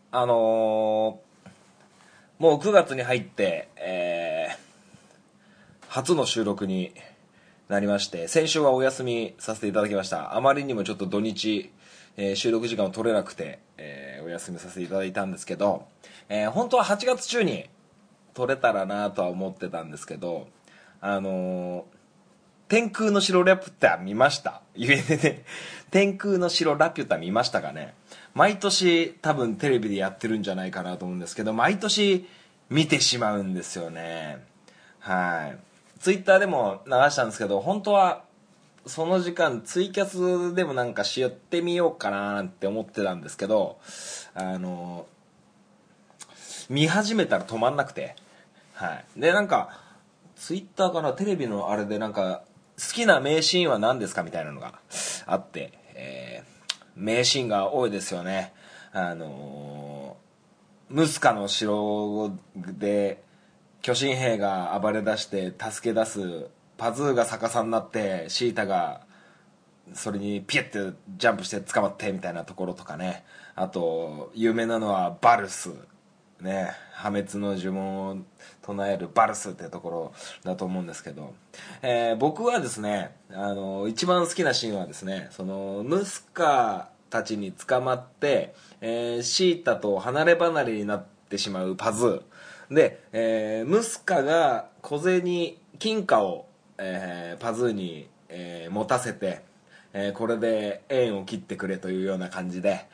もう9月に入って、初の収録になりまして、先週はお休みさせていただきました。あまりにもちょっと土日、収録時間を取れなくて、お休みさせていただいたんですけど、本当は8月中に撮れたらなとは思ってたんですけど、天空の城ラピュタ見ました？ゆえね、天空の城ラピュタ見ましたかね？毎年多分テレビでやってるんじゃないかなと思うんですけど、毎年見てしまうんですよね。はい。ツイッターでも流したんですけど、本当はその時間ツイキャスでもなんかしってみようかなって思ってたんですけど、見始めたら止まんなくて、はい。で、なんかツイッターかな、テレビのあれでなんか好きな名シーンは何ですかみたいなのがあって、名シーンが多いですよね。ムスカの城で巨神兵が暴れ出して助け出す、パズーが逆さになってシータがそれにピュッてジャンプして捕まってみたいなところとかね。あと有名なのはバルスね、破滅の呪文を唱えるバルスってところだと思うんですけど、僕はですね、一番好きなシーンはですね、そのムスカたちに捕まって、シータと離れ離れになってしまうパズーで、ムスカが小銭金貨を、パズーに、持たせて、これで縁を切ってくれというような感じで、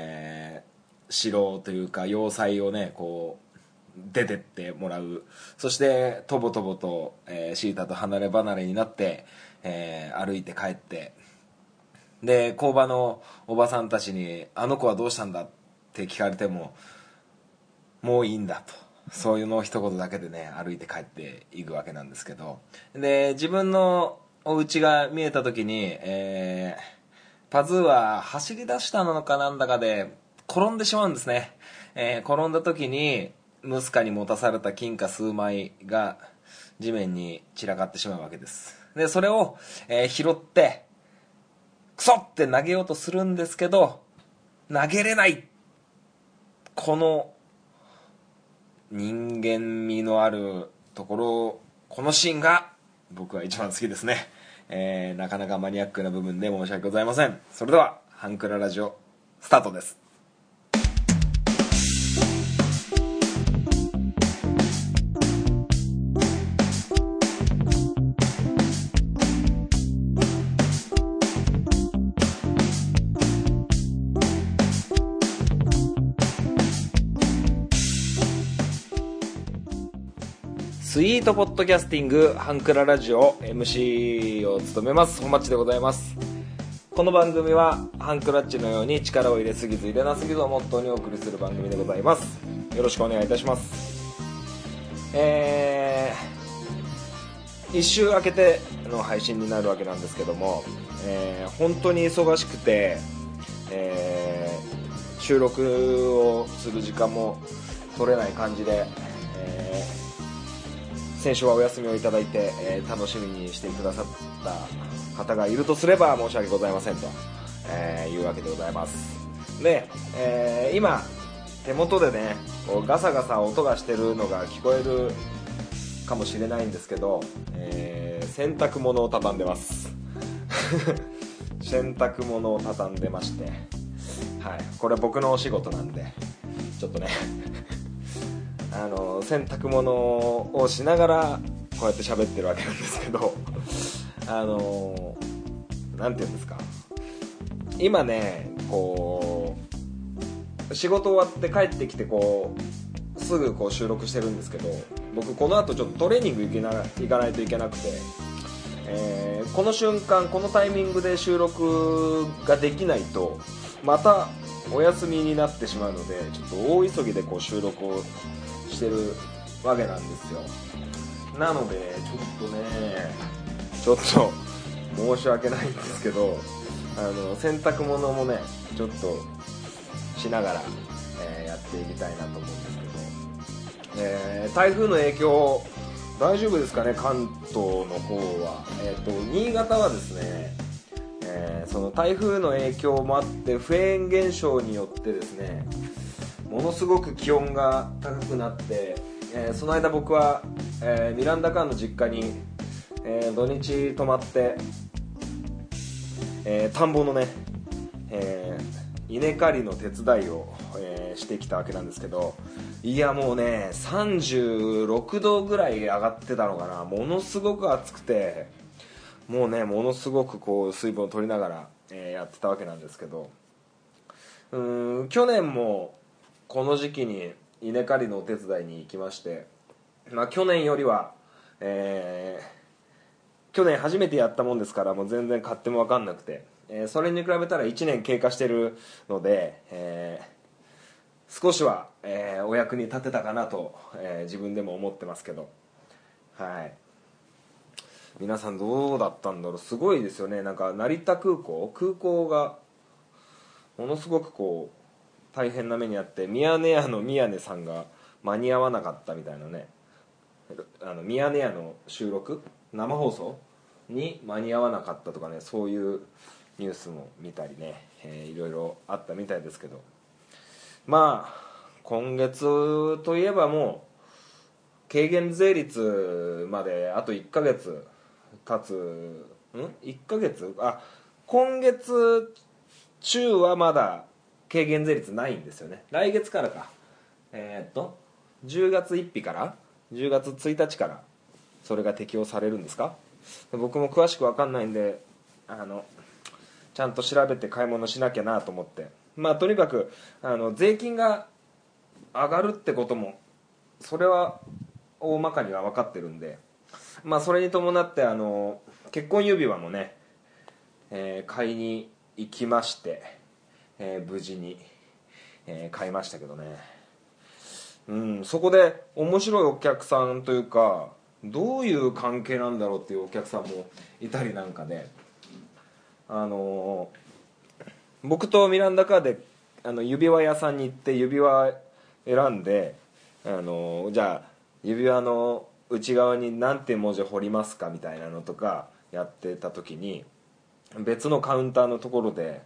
城というか要塞をねこう出てってもらう。そしてとぼとぼと、シータと離れ離れになって、歩いて帰って、で工場のおばさんたちに「あの子はどうしたんだ?」って聞かれても「もういいんだ」と、そういうのを一言だけでね歩いて帰っていくわけなんですけど、で自分のお家が見えた時に、パズーは走り出したのかなんだかで転んでしまうんですね。転んだ時にムスカに持たされた金貨数枚が地面に散らかってしまうわけです。でそれを、拾ってクソって投げようとするんですけど投げれない。この人間味のあるところ、このシーンが僕は一番好きですね。なかなかマニアックな部分で申し訳ございません。それではハンクララジオスタートです。スイートポッドキャスティングハンクララジオ MC を務めます本町でございます。この番組はハンクラッチのように力を入れすぎず入れなすぎずをモットーにお送りする番組でございます。よろしくお願いいたします。1週明けての配信になるわけなんですけども、本当に忙しくて、収録をする時間も取れない感じで、先週はお休みをいただいて、楽しみにしてくださった方がいるとすれば申し訳ございませんと、いうわけでございます。で、今手元でねこうガサガサ音がしてるのが聞こえるかもしれないんですけど、洗濯物を畳んでます洗濯物を畳んでまして、はい、これは僕のお仕事なんでちょっとね洗濯物をしながらこうやって喋ってるわけなんですけどなんていうんですか、今ねこう仕事終わって帰ってきてこうすぐこう収録してるんですけど、僕この後ちょっとトレーニング行かないといけなくて、この瞬間このタイミングで収録ができないとまたお休みになってしまうので、ちょっと大急ぎでこう収録をしてるわけなんですよ。なのでちょっとねちょっと申し訳ないんですけど、洗濯物もねちょっとしながら、やっていきたいなと思うんですけど、台風の影響大丈夫ですかね、関東の方は。新潟はですね、 その台風の影響もあってフェーン現象によってですね、ものすごく気温が高くなって、その間僕は、ミランダカーの実家に、土日泊まって、田んぼのね、稲刈りの手伝いを、してきたわけなんですけど、いやもうね36度ぐらい上がってたのかな。ものすごく暑くて、もうねものすごくこう水分を取りながら、やってたわけなんですけど、去年もこの時期に稲刈りのお手伝いに行きまして、去年よりは、去年初めてやったもんですから、もう全然勝手も分かんなくて、それに比べたら1年経過してるので、少しは、お役に立てたかなと、自分でも思ってますけど、はい。皆さんどうだったんだろう。すごいですよね。なんか成田空港がものすごくこう大変な目にあって、ミヤネ屋の宮根さんが間に合わなかったみたいなね、ミヤネ屋の収録生放送に間に合わなかったとかね、そういうニュースも見たりね、いろいろあったみたいですけど、今月といえばもう軽減税率まであと1ヶ月経つ。1ヶ月、今月中はまだ軽減税率ないんですよね。来月からか、10月1日から10月1日からそれが適用されるんですか。僕も詳しく分かんないんで、ちゃんと調べて買い物しなきゃなと思って、とにかく税金が上がるってこともそれは大まかには分かってるんで、それに伴って結婚指輪もね、買いに行きまして、無事に、買いましたけどね。そこで面白いお客さんというか、どういう関係なんだろうっていうお客さんもいたりなんかで、僕とミランダカーで指輪屋さんに行って指輪選んで、じゃあ指輪の内側に何て文字彫りますかみたいなのとかやってた時に、別のカウンターのところで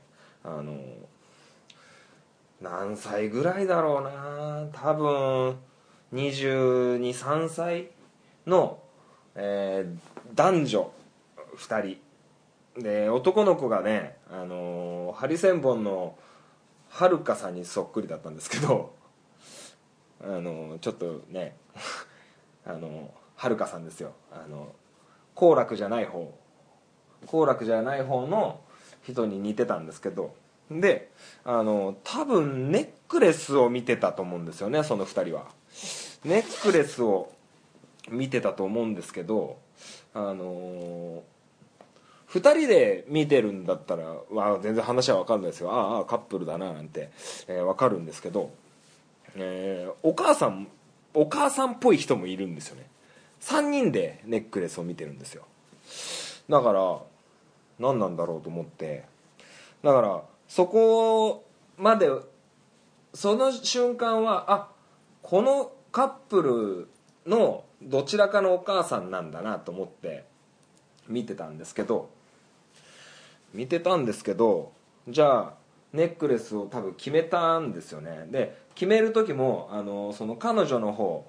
何歳ぐらいだろうな、多分22、3歳の、男女2人で、男の子がね、ハリセンボンのはるかさんにそっくりだったんですけど、ちょっとねはるかさんですよ。好楽じゃない方の人に似てたんですけど、で多分ネックレスを見てたと思うんですよね。その2人はネックレスを見てたと思うんですけど、2人で見てるんだったら、全然話は分かんないですよ。カップルだななんて、分かるんですけど、お母さんっぽい人もいるんですよね。3人でネックレスを見てるんですよ。だから何なんだろうと思って、だからそこまで、その瞬間はこのカップルのどちらかのお母さんなんだなと思って見てたんですけど、じゃあネックレスを多分決めたんですよね。で決める時もその彼女の方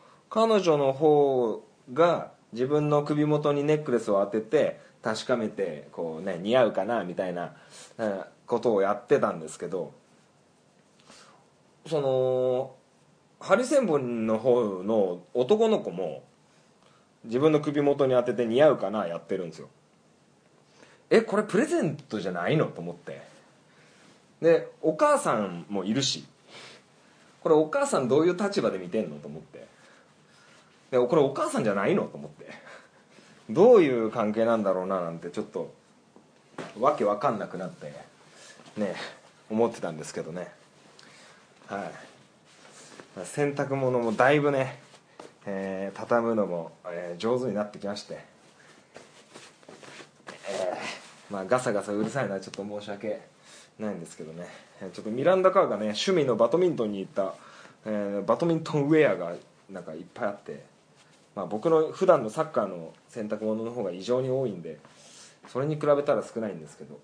が自分の首元にネックレスを当てて確かめてこうね、似合うかなみたいなことをやってたんですけど、そのハリセンボンの方の男の子も自分の首元に当てて似合うかなやってるんですよ。これプレゼントじゃないのと思って、でお母さんもいるし、これお母さんどういう立場で見てんのと思って、でこれお母さんじゃないのと思って、どういう関係なんだろうななんてちょっとわけわかんなくなってね思ってたんですけどね。洗濯物もだいぶね、畳むのも、上手になってきまして、ガサガサうるさいのはちょっと申し訳ないんですけどね、ちょっとミランダカーがね趣味のバドミントンに行った、バドミントンウェアがなんかいっぱいあって、僕の普段のサッカーの洗濯物の方が異常に多いんで、 それに比べたら少ないんですけど。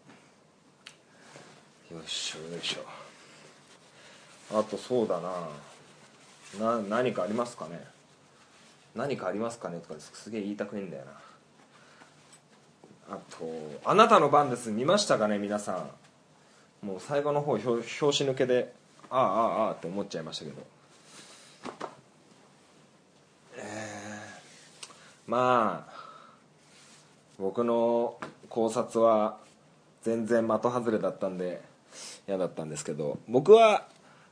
よいしょよいしょ。あとそうだな、何かありますかね。何かありますかねとかすげえ言いたくねえんだよな。あとあなたの番です。見ましたかね皆さん。もう最後の方表紙抜けでああって思っちゃいましたけど、まあ僕の考察は全然的外れだったんで嫌だったんですけど、僕は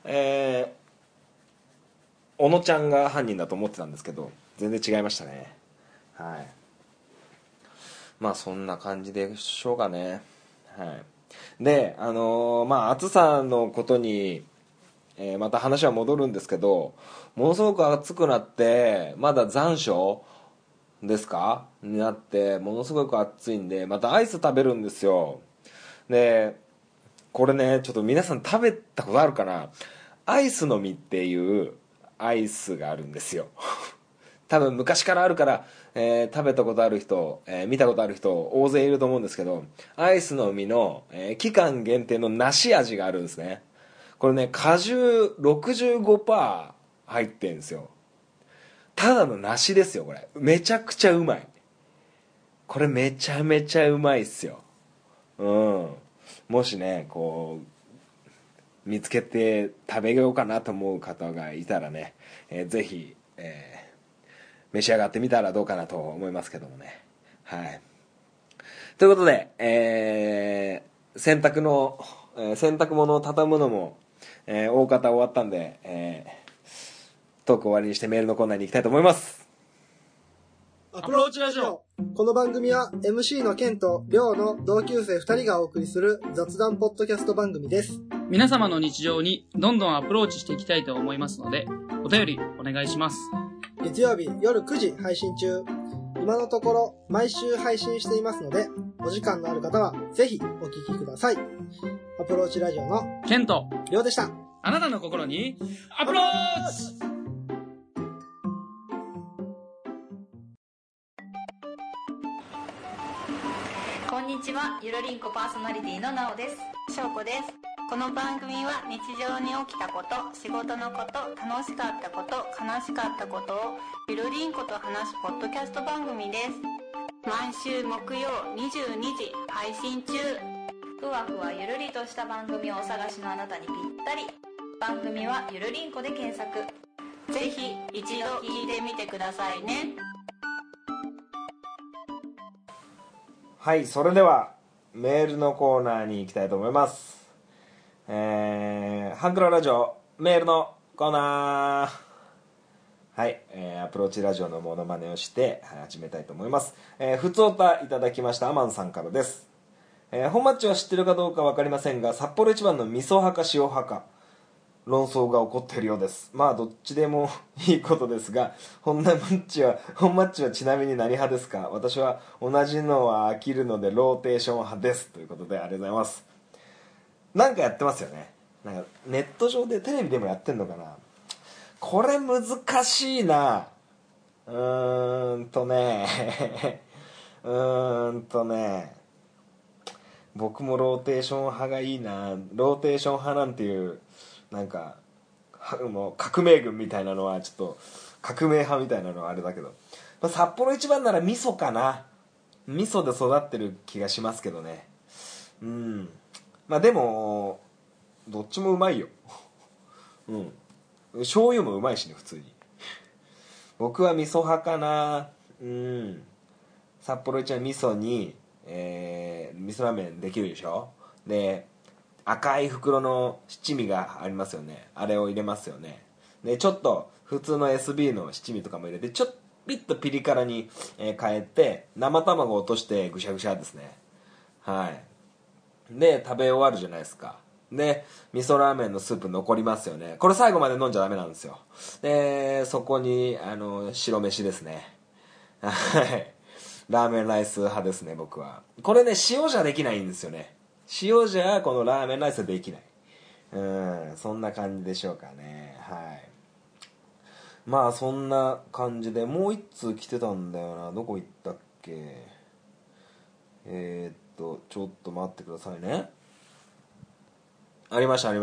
小野ちゃんが犯人だと思ってたんですけど全然違いましたね。はい。まあそんな感じでしょうかね。はい。でまあ暑さのことに、また話は戻るんですけど、ものすごく暑くなってまだ残暑ですかになって、ものすごく暑いんでまたアイス食べるんですよ。でこれね、ちょっと皆さん食べたことあるかな。アイスの実っていうアイスがあるんですよ。多分昔からあるから、食べたことある人、見たことある人大勢いると思うんですけど、アイスの実の、期間限定の梨味があるんですね。これね、果汁 65% 入ってんですよ。ただの梨ですよ。これめちゃくちゃうまい。これめちゃめちゃうまいっすよ。うん。もしねこう見つけて食べようかなと思う方がいたらね、ぜひ、召し上がってみたらどうかなと思いますけどもね。はい。ということで、洗濯の、洗濯物を畳むのも、大方終わったんで、トーク終わりにしてメールのコーナーに行きたいと思います。 アプローチラジオ。この番組は MC のケンとリョウの同級生2人がお送りする雑談ポッドキャスト番組です。 皆様の日常にどんどんアプローチしていきたいと思いますので、お便りお願いします。 月曜日夜9時配信中。今のところ毎週配信していますので、お時間のある方はぜひお聞きください。アプローチラジオのケンとリョウでした。 あなたの心にアプローチ。 こんにちは、ゆるりんこパーソナリティのなおです。しょうこです。この番組は日常に起きたこと、仕事のこと、楽しかったこと、悲しかったことをゆるりんこと話すポッドキャスト番組です。毎週木曜22時配信中。ふわふわゆるりとした番組をお探しのあなたにぴったり。番組はゆるりんこで検索。ぜひ一度聞いてみてくださいね。 はい、それではメールのコーナーに行きたいと思います。ハンクララジオメールのコーナー。はい、アプローチラジオのモノマネをして始めたいと思います。ふつおたいただきましたアマンさんからです。本マッチは知ってるかどうか分かりませんが、札幌一番の味噌派か塩派か論争が起こっているようです。まあどっちでもいいことですが、本マッチはちなみに何派ですか？私は同じのは飽きるのでローテーション派です。ということでありがとうございます。なんかやってますよね。なんかネット上でテレビでもやってんのかな。これ難しいな。うーんとね僕もローテーション派がいいな。ローテーション派なんていうなんかもう革命軍みたいなのはちょっと革命派みたいなのはあれだけど、まあ、札幌一番なら味噌かな。味噌で育ってる気がしますけどね。まあでもどっちもうまいよ。醤油もうまいしね普通に。僕は味噌派かな。札幌一番味噌に、味噌ラーメンできるでしょ。で赤い袋の七味がありますよね。あれを入れますよね。でちょっと普通の SB の七味とかも入れてちょっぴっとピリ辛に、変えて生卵を落としてぐしゃぐしゃですね。はいで食べ終わるじゃないですか。で味噌ラーメンのスープ残りますよね。これ最後まで飲んじゃダメなんですよ。でそこに白飯ですね。はいラーメンライス派ですね僕は。これね塩じゃできないんですよね。塩じゃこのラーメンライスはできない。そんな感じでしょうかね。はいまあそんな感じでもう一通来てたんだよな。どこ行ったっけ。 ちょっと待ってくださいね。ありました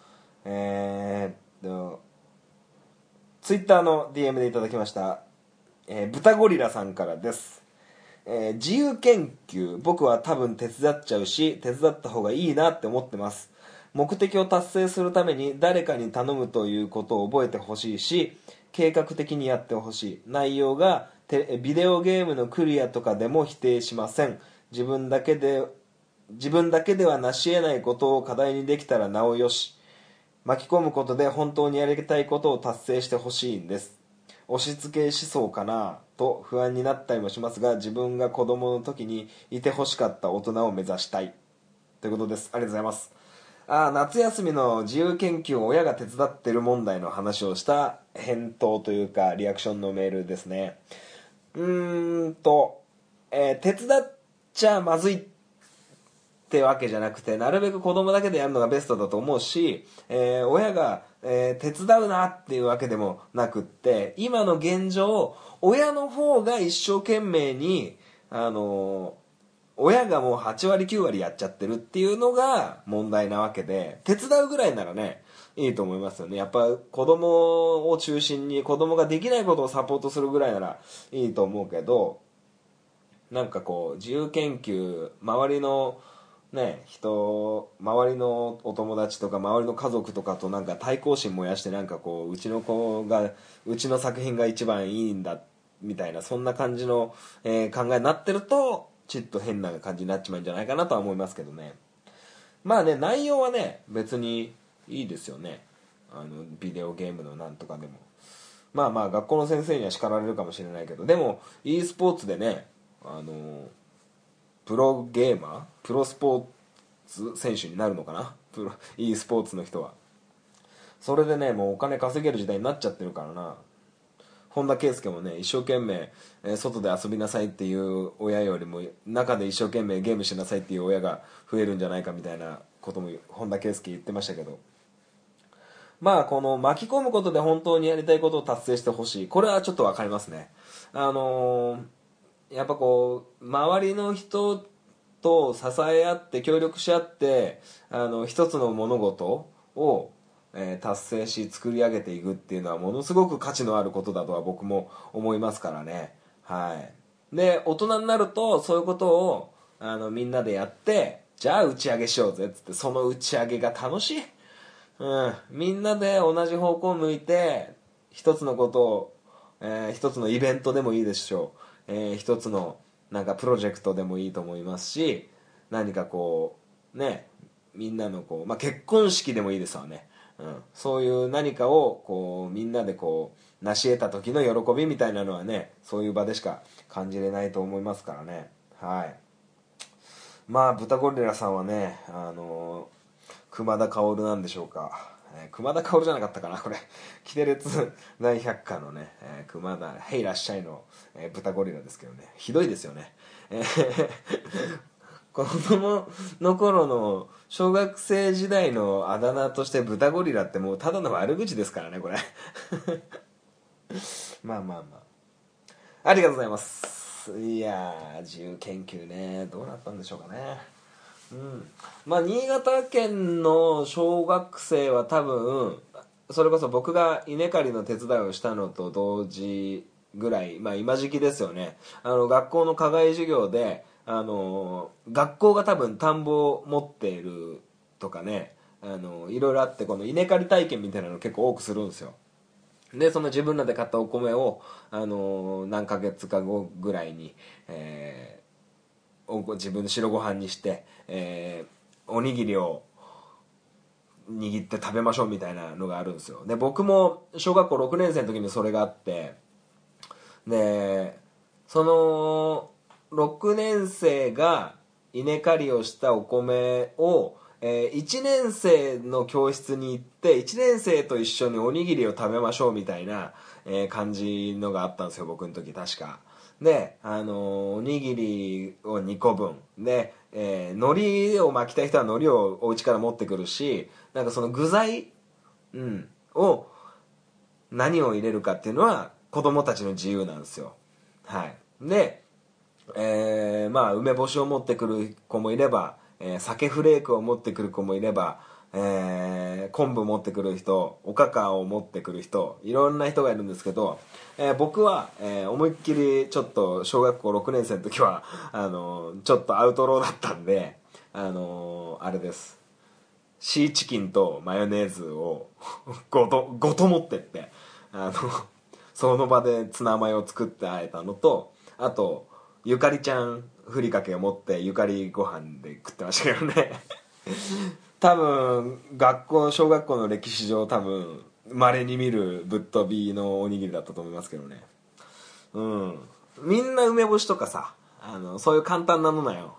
ツイッターの DM でいただきました、豚ゴリラさんからです。自由研究、僕は多分手伝っちゃうし、手伝った方がいいなって思ってます。目的を達成するために誰かに頼むということを覚えてほしいし、計画的にやってほしい。内容がビデオゲームのクリアとかでも否定しません。自分だけでは成し得ないことを課題にできたらなおよし、巻き込むことで本当にやりたいことを達成してほしいんです。押し付け思想かなと不安になったりもしますが、自分が子供の時にいてほしかった大人を目指したいということです。ありがとうございます。夏休みの自由研究を親が手伝ってる問題の話をした返答というかリアクションのメールですね。手伝っちゃまずいってわけじゃなくて、なるべく子供だけでやるのがベストだと思うし、親が、手伝うなっていうわけでもなくって、今の現状親の方が一生懸命に親がもう8割9割やっちゃってるっていうのが問題なわけで、手伝うぐらいならねいいと思いますよね。やっぱ子供を中心に子供ができないことをサポートするぐらいならいいと思うけど、なんかこう自由研究、周りの周りのお友達とか周りの家族とかとなんか対抗心燃やして、なんかこううちの作品が一番いいんだみたいな、そんな感じの、考えになってるとちょっと変な感じになっちまうんじゃないかなとは思いますけどね。まあね、内容はね別にいいですよね。ビデオゲームのなんとかでもまあ学校の先生には叱られるかもしれないけど、でも e スポーツでねプロスポーツ選手になるのかな、e スポーツの人は。それでねもうお金稼げる時代になっちゃってるからな。本田圭佑もね一生懸命、外で遊びなさいっていう親よりも中で一生懸命ゲームしなさいっていう親が増えるんじゃないかみたいなことも本田圭佑言ってましたけど、まあこの巻き込むことで本当にやりたいことを達成してほしい、これはちょっと分かりますね。やっぱこう周りの人と支え合って協力し合って一つの物事を、達成し作り上げていくっていうのはものすごく価値のあることだとは僕も思いますからね。で大人になるとそういうことをみんなでやって、じゃあ打ち上げしようぜっつって、その打ち上げが楽しい。みんなで同じ方向を向いて一つのことを、一つのイベントでもいいでしょう、一つのなんかプロジェクトでもいいと思いますし、何かこうねみんなのこう、結婚式でもいいですわね、そういう何かをこうみんなでこう成し得た時の喜びみたいなのはね、そういう場でしか感じれないと思いますからね。豚ゴリラさんはね熊田薫なんでしょうか、熊田薫じゃなかったかなこれキテレツ大百科のね、熊田へいらっしゃいの、豚ゴリラですけどね、ひどいですよね。子供の頃の小学生時代のあだ名として豚ゴリラってもうただの悪口ですからねこれ。ありがとうございます。いやー自由研究ねどうなったんでしょうかね。新潟県の小学生は多分それこそ僕が稲刈りの手伝いをしたのと同時ぐらい、今時期ですよね。学校の課外授業で学校が多分田んぼを持っているとかね、いろいろあって、この稲刈り体験みたいなの結構多くするんですよ。でその自分らで買ったお米を何ヶ月か後ぐらいに、自分の白ご飯にして、おにぎりを握って食べましょうみたいなのがあるんですよ。で僕も小学校6年生の時にそれがあって、でその6年生が稲刈りをしたお米を、1年生の教室に行って1年生と一緒におにぎりを食べましょうみたいな、感じのがあったんですよ僕の時確か。でおにぎりを2個分で、海苔を巻きたい人は海苔をお家から持ってくるし、なんかその具材、を何を入れるかっていうのは子供たちの自由なんですよ。でまあ梅干しを持ってくる子もいれば、鮭フレークを持ってくる子もいれば、昆布持ってくる人、おかかを持ってくる人、いろんな人がいるんですけど、僕は、思いっきりちょっと小学校6年生の時はちょっとアウトローだったんで、あれです、シーチキンとマヨネーズをごと持ってって、その場でツナマヨを作ってあえたのと、あとゆかりちゃんふりかけを持ってゆかりご飯で食ってましたけどね多分小学校の歴史上多分稀に見るぶっ飛びのおにぎりだったと思いますけどね。みんな梅干しとかさ、そういう簡単な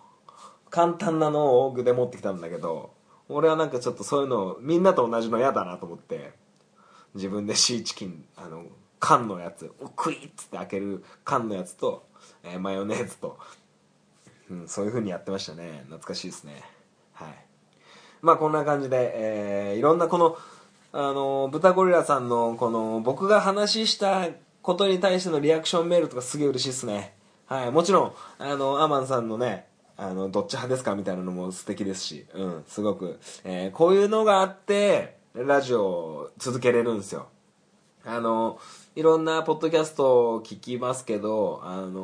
のを具で持ってきたんだけど、俺はなんかちょっとそういうのみんなと同じの嫌だなと思って、自分でシーチキン缶のやつクイッつって開ける缶のやつと、マヨネーズと、そういう風にやってましたね。懐かしいですね。はい。まあこんな感じで、いろんなこの豚ゴリラさんのこの僕が話したことに対してのリアクションメールとかすげえ嬉しいですね。はい。もちろんアマンさんのね、どっち派ですかみたいなのも素敵ですし、すごく、こういうのがあってラジオを続けれるんですよ。いろんなポッドキャストを聞きますけど、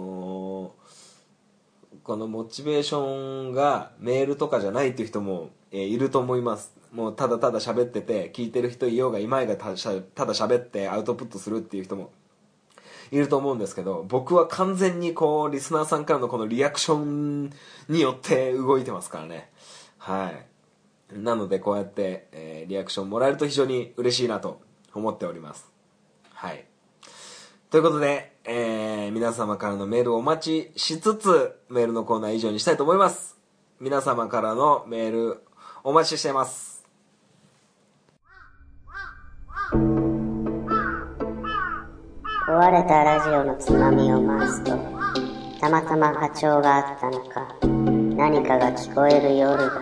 このモチベーションがメールとかじゃないっていう人も、いると思います。もうただただ喋ってて、聞いてる人いようがいまいがただ喋ってアウトプットするっていう人もいると思うんですけど、僕は完全にこうリスナーさんからのこのリアクションによって動いてますからね。はい。なのでこうやって、リアクションもらえると非常に嬉しいなと思っております。はい。ということで、皆様からのメールをお待ちしつつ、メールのコーナー以上にしたいと思います。皆様からのメールお待ちしています。 壊れたラジオのつまみを回すと、たまたま波長があったのか、何かが聞こえる夜がある。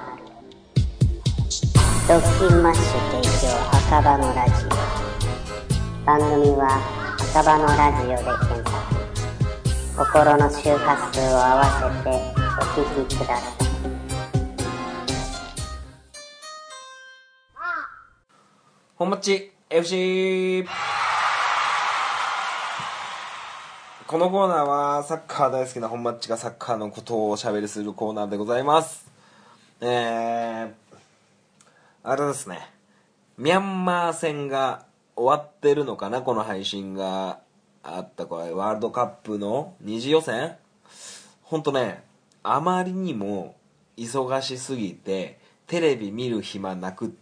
ドッキンマッシュ提供赤羽のラジオ。番組は赤羽のラジオで検索。心の周波数を合わせてお聞きください。 本町 FC。このコーナーはサッカー大好きな本町がサッカーのことをおしゃべりするコーナーでございます。あれですね、ミャンマー戦が終わってるのかな、この配信があったこれワールドカップの二次予選。ほんとね、あまりにも忙しすぎてテレビ見る暇なくって、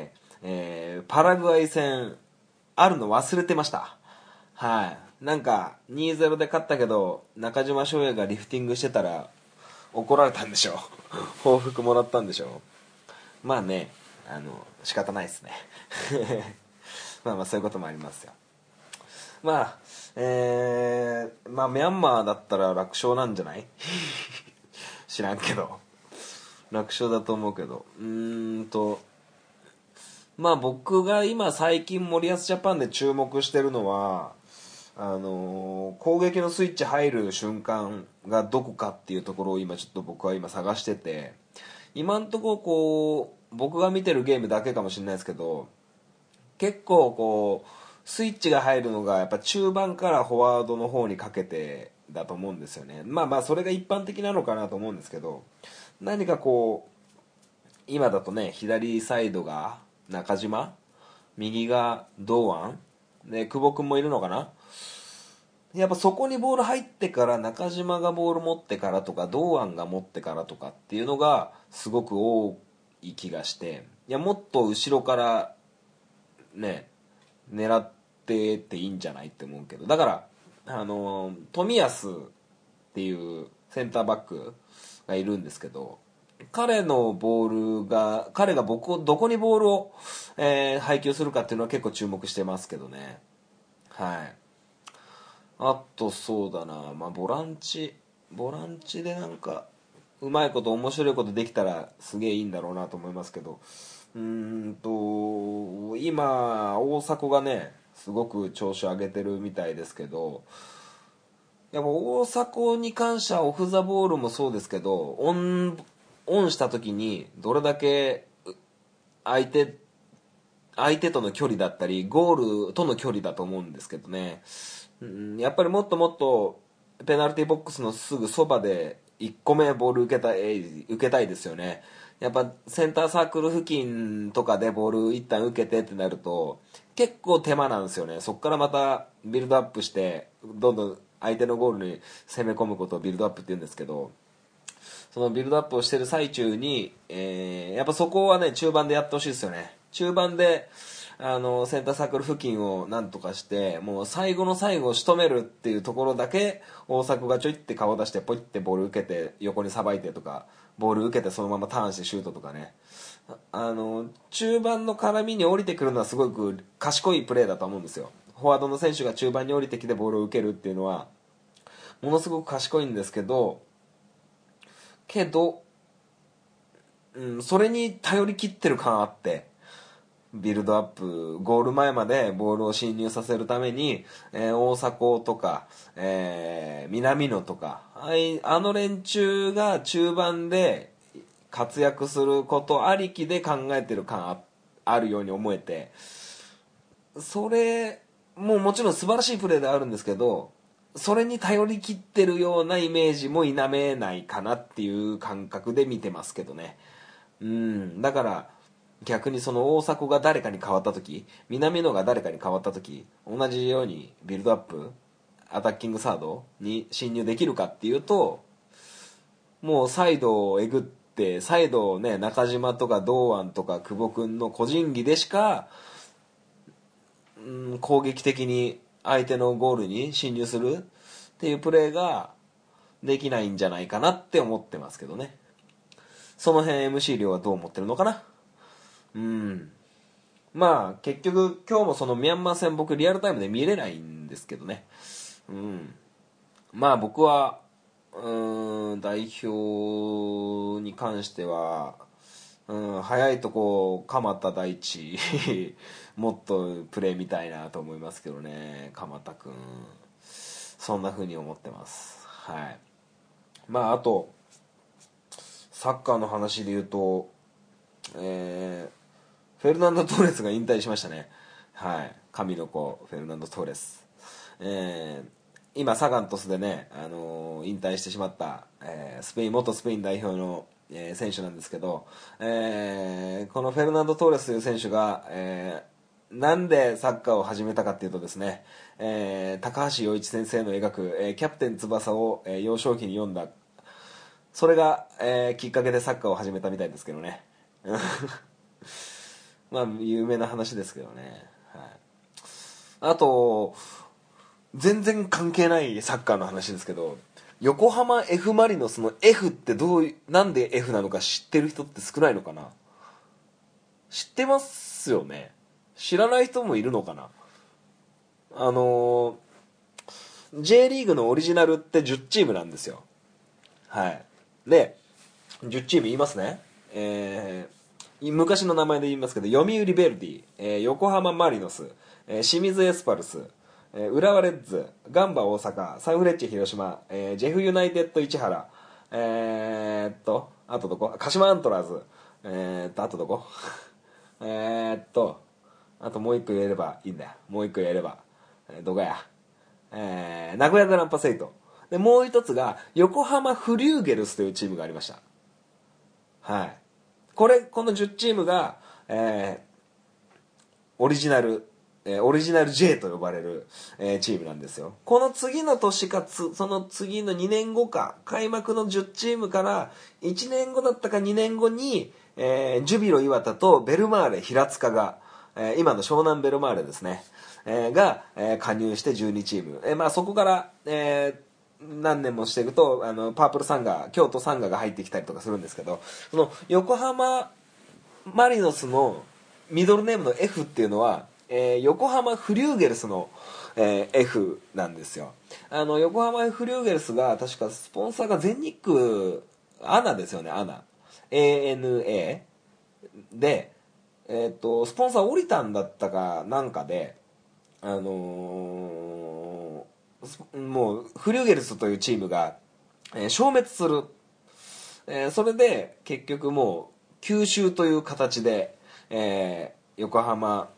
パラグアイ戦あるの忘れてました。はい。なんか 2-0 で勝ったけど中島翔也がリフティングしてたら怒られたんでしょ報復もらったんでしょ。まあね、仕方ないですねまあそういうこともありますよ。まあまあミャンマーだったら楽勝なんじゃない知らんけど楽勝だと思うけど、まあ僕が今最近森保ジャパンで注目してるのは攻撃のスイッチ入る瞬間がどこかっていうところを今ちょっと僕は今探してて、今んとここう僕が見てるゲームだけかもしれないですけど、結構こうスイッチが入るのがやっぱ中盤からフォワードの方にかけてだと思うんですよね。まあそれが一般的なのかなと思うんですけど、何かこう今だとね、左サイドが中島、右が堂安で久保君もいるのかな。やっぱそこにボール入ってから中島がボール持ってからとか堂安が持ってからとかっていうのがすごく多い気がして、いやもっと後ろからね狙ってっていいんじゃないって思うけど、だから冨安っていうセンターバックがいるんですけど、彼がどこにボールを、配球するかっていうのは結構注目してますけどね。はい。あとそうだな、まあボランチでなんかうまいこと面白いことできたらすげえいいんだろうなと思いますけど、今大迫がねすごく調子上げてるみたいですけど、 やっぱ大迫に関してはオフザボールもそうですけど、オンした時にどれだけ相手との距離だったりゴールとの距離だと思うんですけどね、やっぱりもっともっとペナルティボックスのすぐそばで1個目ボール受けたいですよね。やっぱセンターサークル付近とかでボール一旦受けてってなると結構手間なんですよね。そこからまたビルドアップしてどんどん相手のゴールに攻め込むことをビルドアップって言うんですけど、そのビルドアップをしてる最中に、やっぱそこはね中盤でやってほしいですよね。中盤でセンターサークル付近をなんとかしてもう最後の最後を仕留めるっていうところだけ大迫がちょいって顔出してポイってボール受けて横にさばいてとか、ボール受けてそのままターンしてシュートとかね、中盤の絡みに降りてくるのはすごく賢いプレーだと思うんですよ。フォワードの選手が中盤に降りてきてボールを受けるっていうのはものすごく賢いんですけど、それに頼り切ってる感あって、ビルドアップゴール前までボールを侵入させるために、大迫とか、南野とかあの連中が中盤で活躍することありきで考えてる感あるように思えて、それもちろん素晴らしいプレーであるんですけど、それに頼り切ってるようなイメージも否めないかなっていう感覚で見てますけどね。だから逆にその大迫が誰かに変わった時、南野が誰かに変わった時、同じようにビルドアップアタッキングサードに侵入できるかっていうと、もうサイドをえぐってサイドをね、中島とか堂安とか久保君の個人技でしか攻撃的に相手のゴールに侵入するっていうプレーができないんじゃないかなって思ってますけどね。その辺 MC 亮はどう思ってるのかな。まあ結局今日もそのミャンマー戦僕リアルタイムで見れないんですけどね。まあ僕は代表に関しては早いとこ鎌田大地もっとプレー見たいなと思いますけどね。鎌田くんそんな風に思ってます。はい。まああとサッカーの話で言うとフェルナンド・トーレスが引退しましたね。はい。神の子フェルナンド・トーレス、今サガン鳥栖でね、引退してしまった、元スペイン代表の、選手なんですけど、このフェルナンド・トーレスという選手が、なんでサッカーを始めたかっていうとですね、高橋陽一先生の描く、キャプテン翼を、幼少期に読んだ、それが、きっかけでサッカーを始めたみたいですけどね。まあ有名な話ですけどね。はい、あと全然関係ないサッカーの話ですけど、横浜 F マリノスの F ってなんで F なのか知ってる人って少ないのかな。知ってますよね。知らない人もいるのかな。J リーグのオリジナルって10チームなんですよ。はい。で10チーム言いますね。昔の名前で言いますけど、読売ヴェルディ、横浜マリノス、清水エスパルス、浦和レッズ、ガンバ大阪、サンフレッチェ広島、ジェフユナイテッド市原、あとどこ、鹿島アントラーズ、あとどこあともう一個言えればいいんだよ。もう一個言えれば、どこや、名古屋グランパセイトで、もう一つが横浜フリューゲルスというチームがありました。はい。この10チームが、オリジナル J と呼ばれる、チームなんですよ。この次の年かその次の2年後か、開幕の10チームから1年後だったか2年後に、ジュビロ磐田とベルマーレ平塚が、今の湘南ベルマーレですね、が、加入して12チーム、まあそこから、何年もしていくとパープルサンガー、京都サンガーが入ってきたりとかするんですけど、その横浜マリノスのミドルネームの F っていうのは、横浜フリューゲルスの、F なんですよ。横浜フリューゲルスが確かスポンサーが全日空アナですよね。アナ ANA で、スポンサー降りたんだったかなんかでもうフリューゲルスというチームが、消滅する、それで結局もう吸収という形で、横浜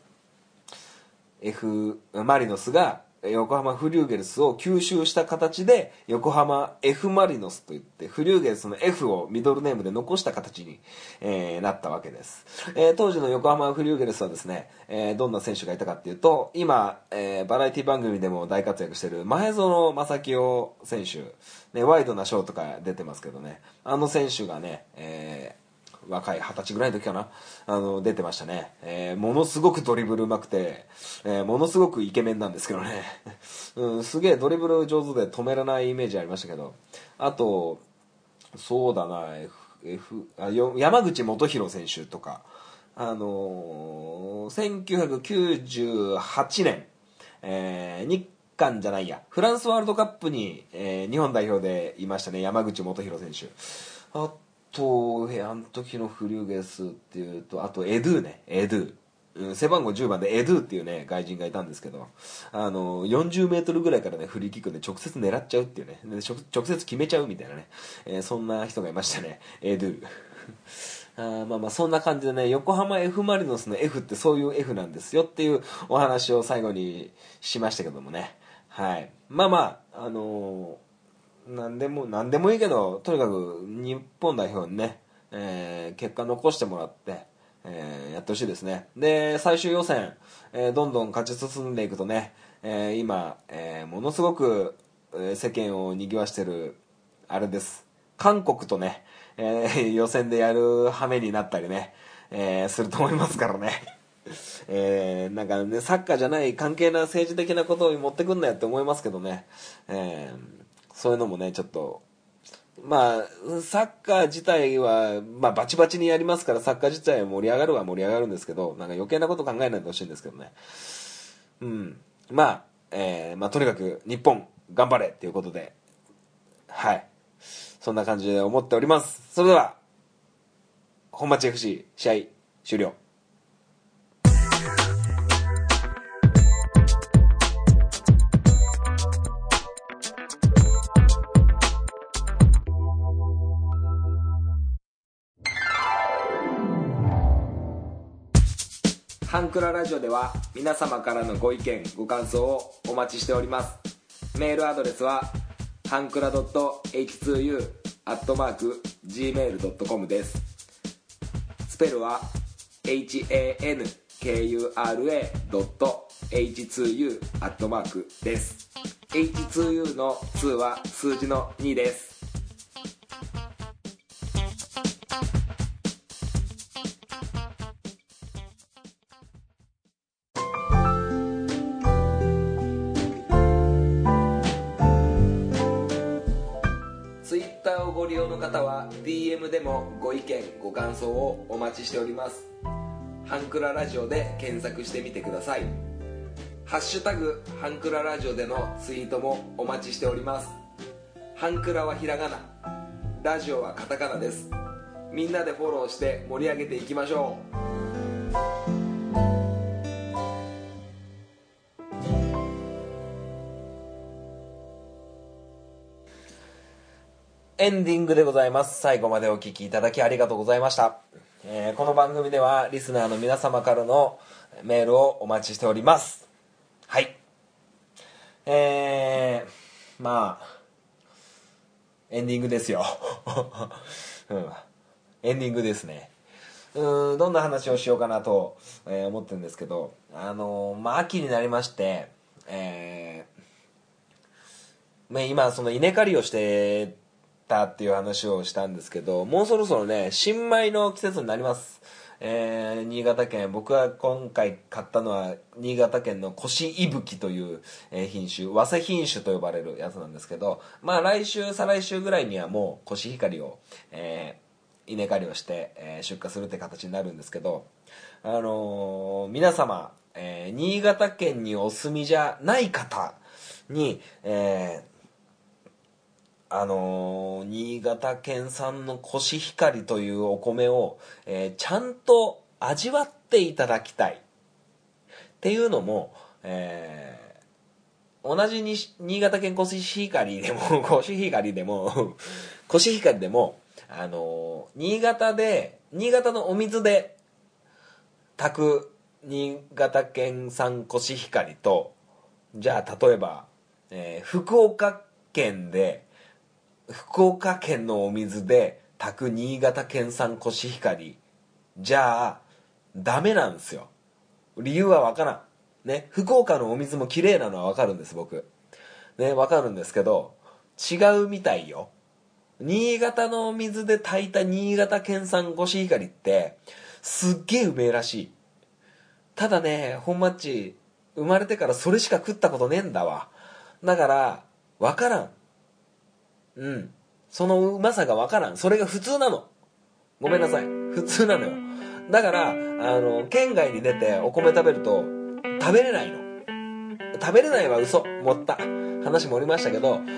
F マリノスが横浜フリューゲルスを吸収した形で横浜 F マリノスといってフリューゲルスの F をミドルネームで残した形に、なったわけです、当時の横浜フリューゲルスはですね、どんな選手がいたかっていうと今、バラエティ番組でも大活躍している前園真聖選手、ね、ワイドなショーとか出てますけどね、あの選手がね、若い20歳ぐらいの時かな、出てましたね、ものすごくドリブルうまくて、ものすごくイケメンなんですけどね、すげえドリブル上手で止めらないイメージありましたけど、あとそうだな、山口元弘選手とか、1998年、日韓じゃないやフランスワールドカップに、日本代表でいましたね、山口元弘選手。あとあの時のフリューゲルスっていうと、あとエドゥ、背番号10番でエドゥっていうね外人がいたんですけど、40メートルぐらいからねフリーキックで直接狙っちゃうっていうね、直接決めちゃうみたいなね、そんな人がいましたね、エドゥまあそんな感じでね、横浜 F マリノスの F ってそういう F なんですよっていうお話を最後にしましたけどもね、はい、まあなんでもいいけど、とにかく日本代表にね、結果残してもらって、やってほしいですね。で最終予選、どんどん勝ち進んでいくとね、今、ものすごく、世間を賑わしてるあれです、韓国とね、予選でやる羽目になったりね、すると思いますからねなんかね、サッカーじゃない関係な政治的なことを持ってくんなよって思いますけどね、そういうのもねちょっとまあサッカー自体は、まあ、バチバチにやりますから、サッカー自体は盛り上がるんですけど、なんか余計なこと考えないでほしいんですけどね、まあとにかく日本頑張れっていうことで、はい、そんな感じで思っております。それでは本町 FC 試合終了。ハンクララジオでは皆様からのご意見ご感想をお待ちしております。メールアドレスはハンクラ .h2u@gmail.com です。スペルは hankura.h2u@ です。 H2U の2は数字の2です。Twitter をご利用の方は DM でもご意見ご感想をお待ちしております。ハンクララジオで検索してみてください。ハッシュタグハンクララジオでのツイートもお待ちしております。ハンクラはひらがな、ラジオはカタカナです。みんなでフォローして盛り上げていきましょう。エンディングでございます。最後までお聞きいただきありがとうございました。この番組ではリスナーの皆様からのメールをお待ちしております。はい。まあエンディングですよ、エンディングですね。どんな話をしようかなと、思ってるんですけど、秋になりまして、今その稲刈りをしてたっていう話をしたんですけど、もうそろそろね新米の季節になります。新潟県、僕は今回買ったのは新潟県のコシイブキという、品種、早生品種と呼ばれるやつなんですけど、まあ来週再来週ぐらいにはもうコシヒカリを、稲刈りをして、出荷するって形になるんですけど、皆様、新潟県にお住みじゃない方に、新潟県産のコシヒカリというお米を、ちゃんと味わっていただきたいっていうのも、 同じに新潟県コシヒカリでもコシヒカリでも新潟のお水で炊く新潟県産コシヒカリと、じゃあ例えば、福岡県のお水で炊く新潟県産コシヒカリじゃあダメなんですよ。理由はわからんね。福岡のお水も綺麗なのはわかるんです、僕ね。わかるんですけど違うみたいよ。新潟のお水で炊いた新潟県産コシヒカリってすっげえうめえらしい。ただね、本マッチ生まれてからそれしか食ったことねえんだわ。だからわからん。そのうまさがわからん。それが普通なの。ごめんなさい、普通なのよ。だから県外に出てお米食べると食べれないの。食べれないは嘘持った話もありましたけど、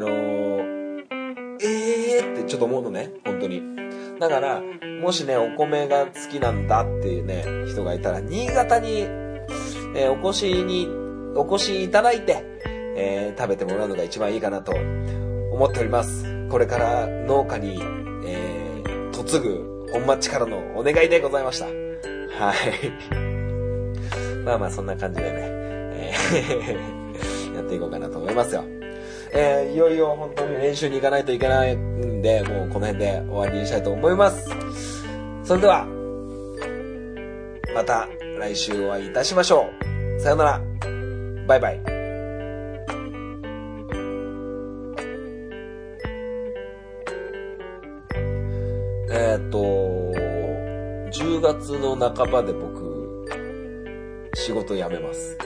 ってちょっと思うのね、本当に。だからもしね、お米が好きなんだっていうね人がいたら、新潟に、お越しいただいて、食べてもらうのが一番いいかなと思っております。これから農家に、嫁ぐ本町からのお願いでございました。はいまあそんな感じでね、やっていこうかなと思いますよ。いよいよ本当に練習に行かないといけないんで、もうこの辺で終わりにしたいと思います。それではまた来週お会いいたしましょう。さよなら、バイバイ。10月の半ばで僕仕事辞めます。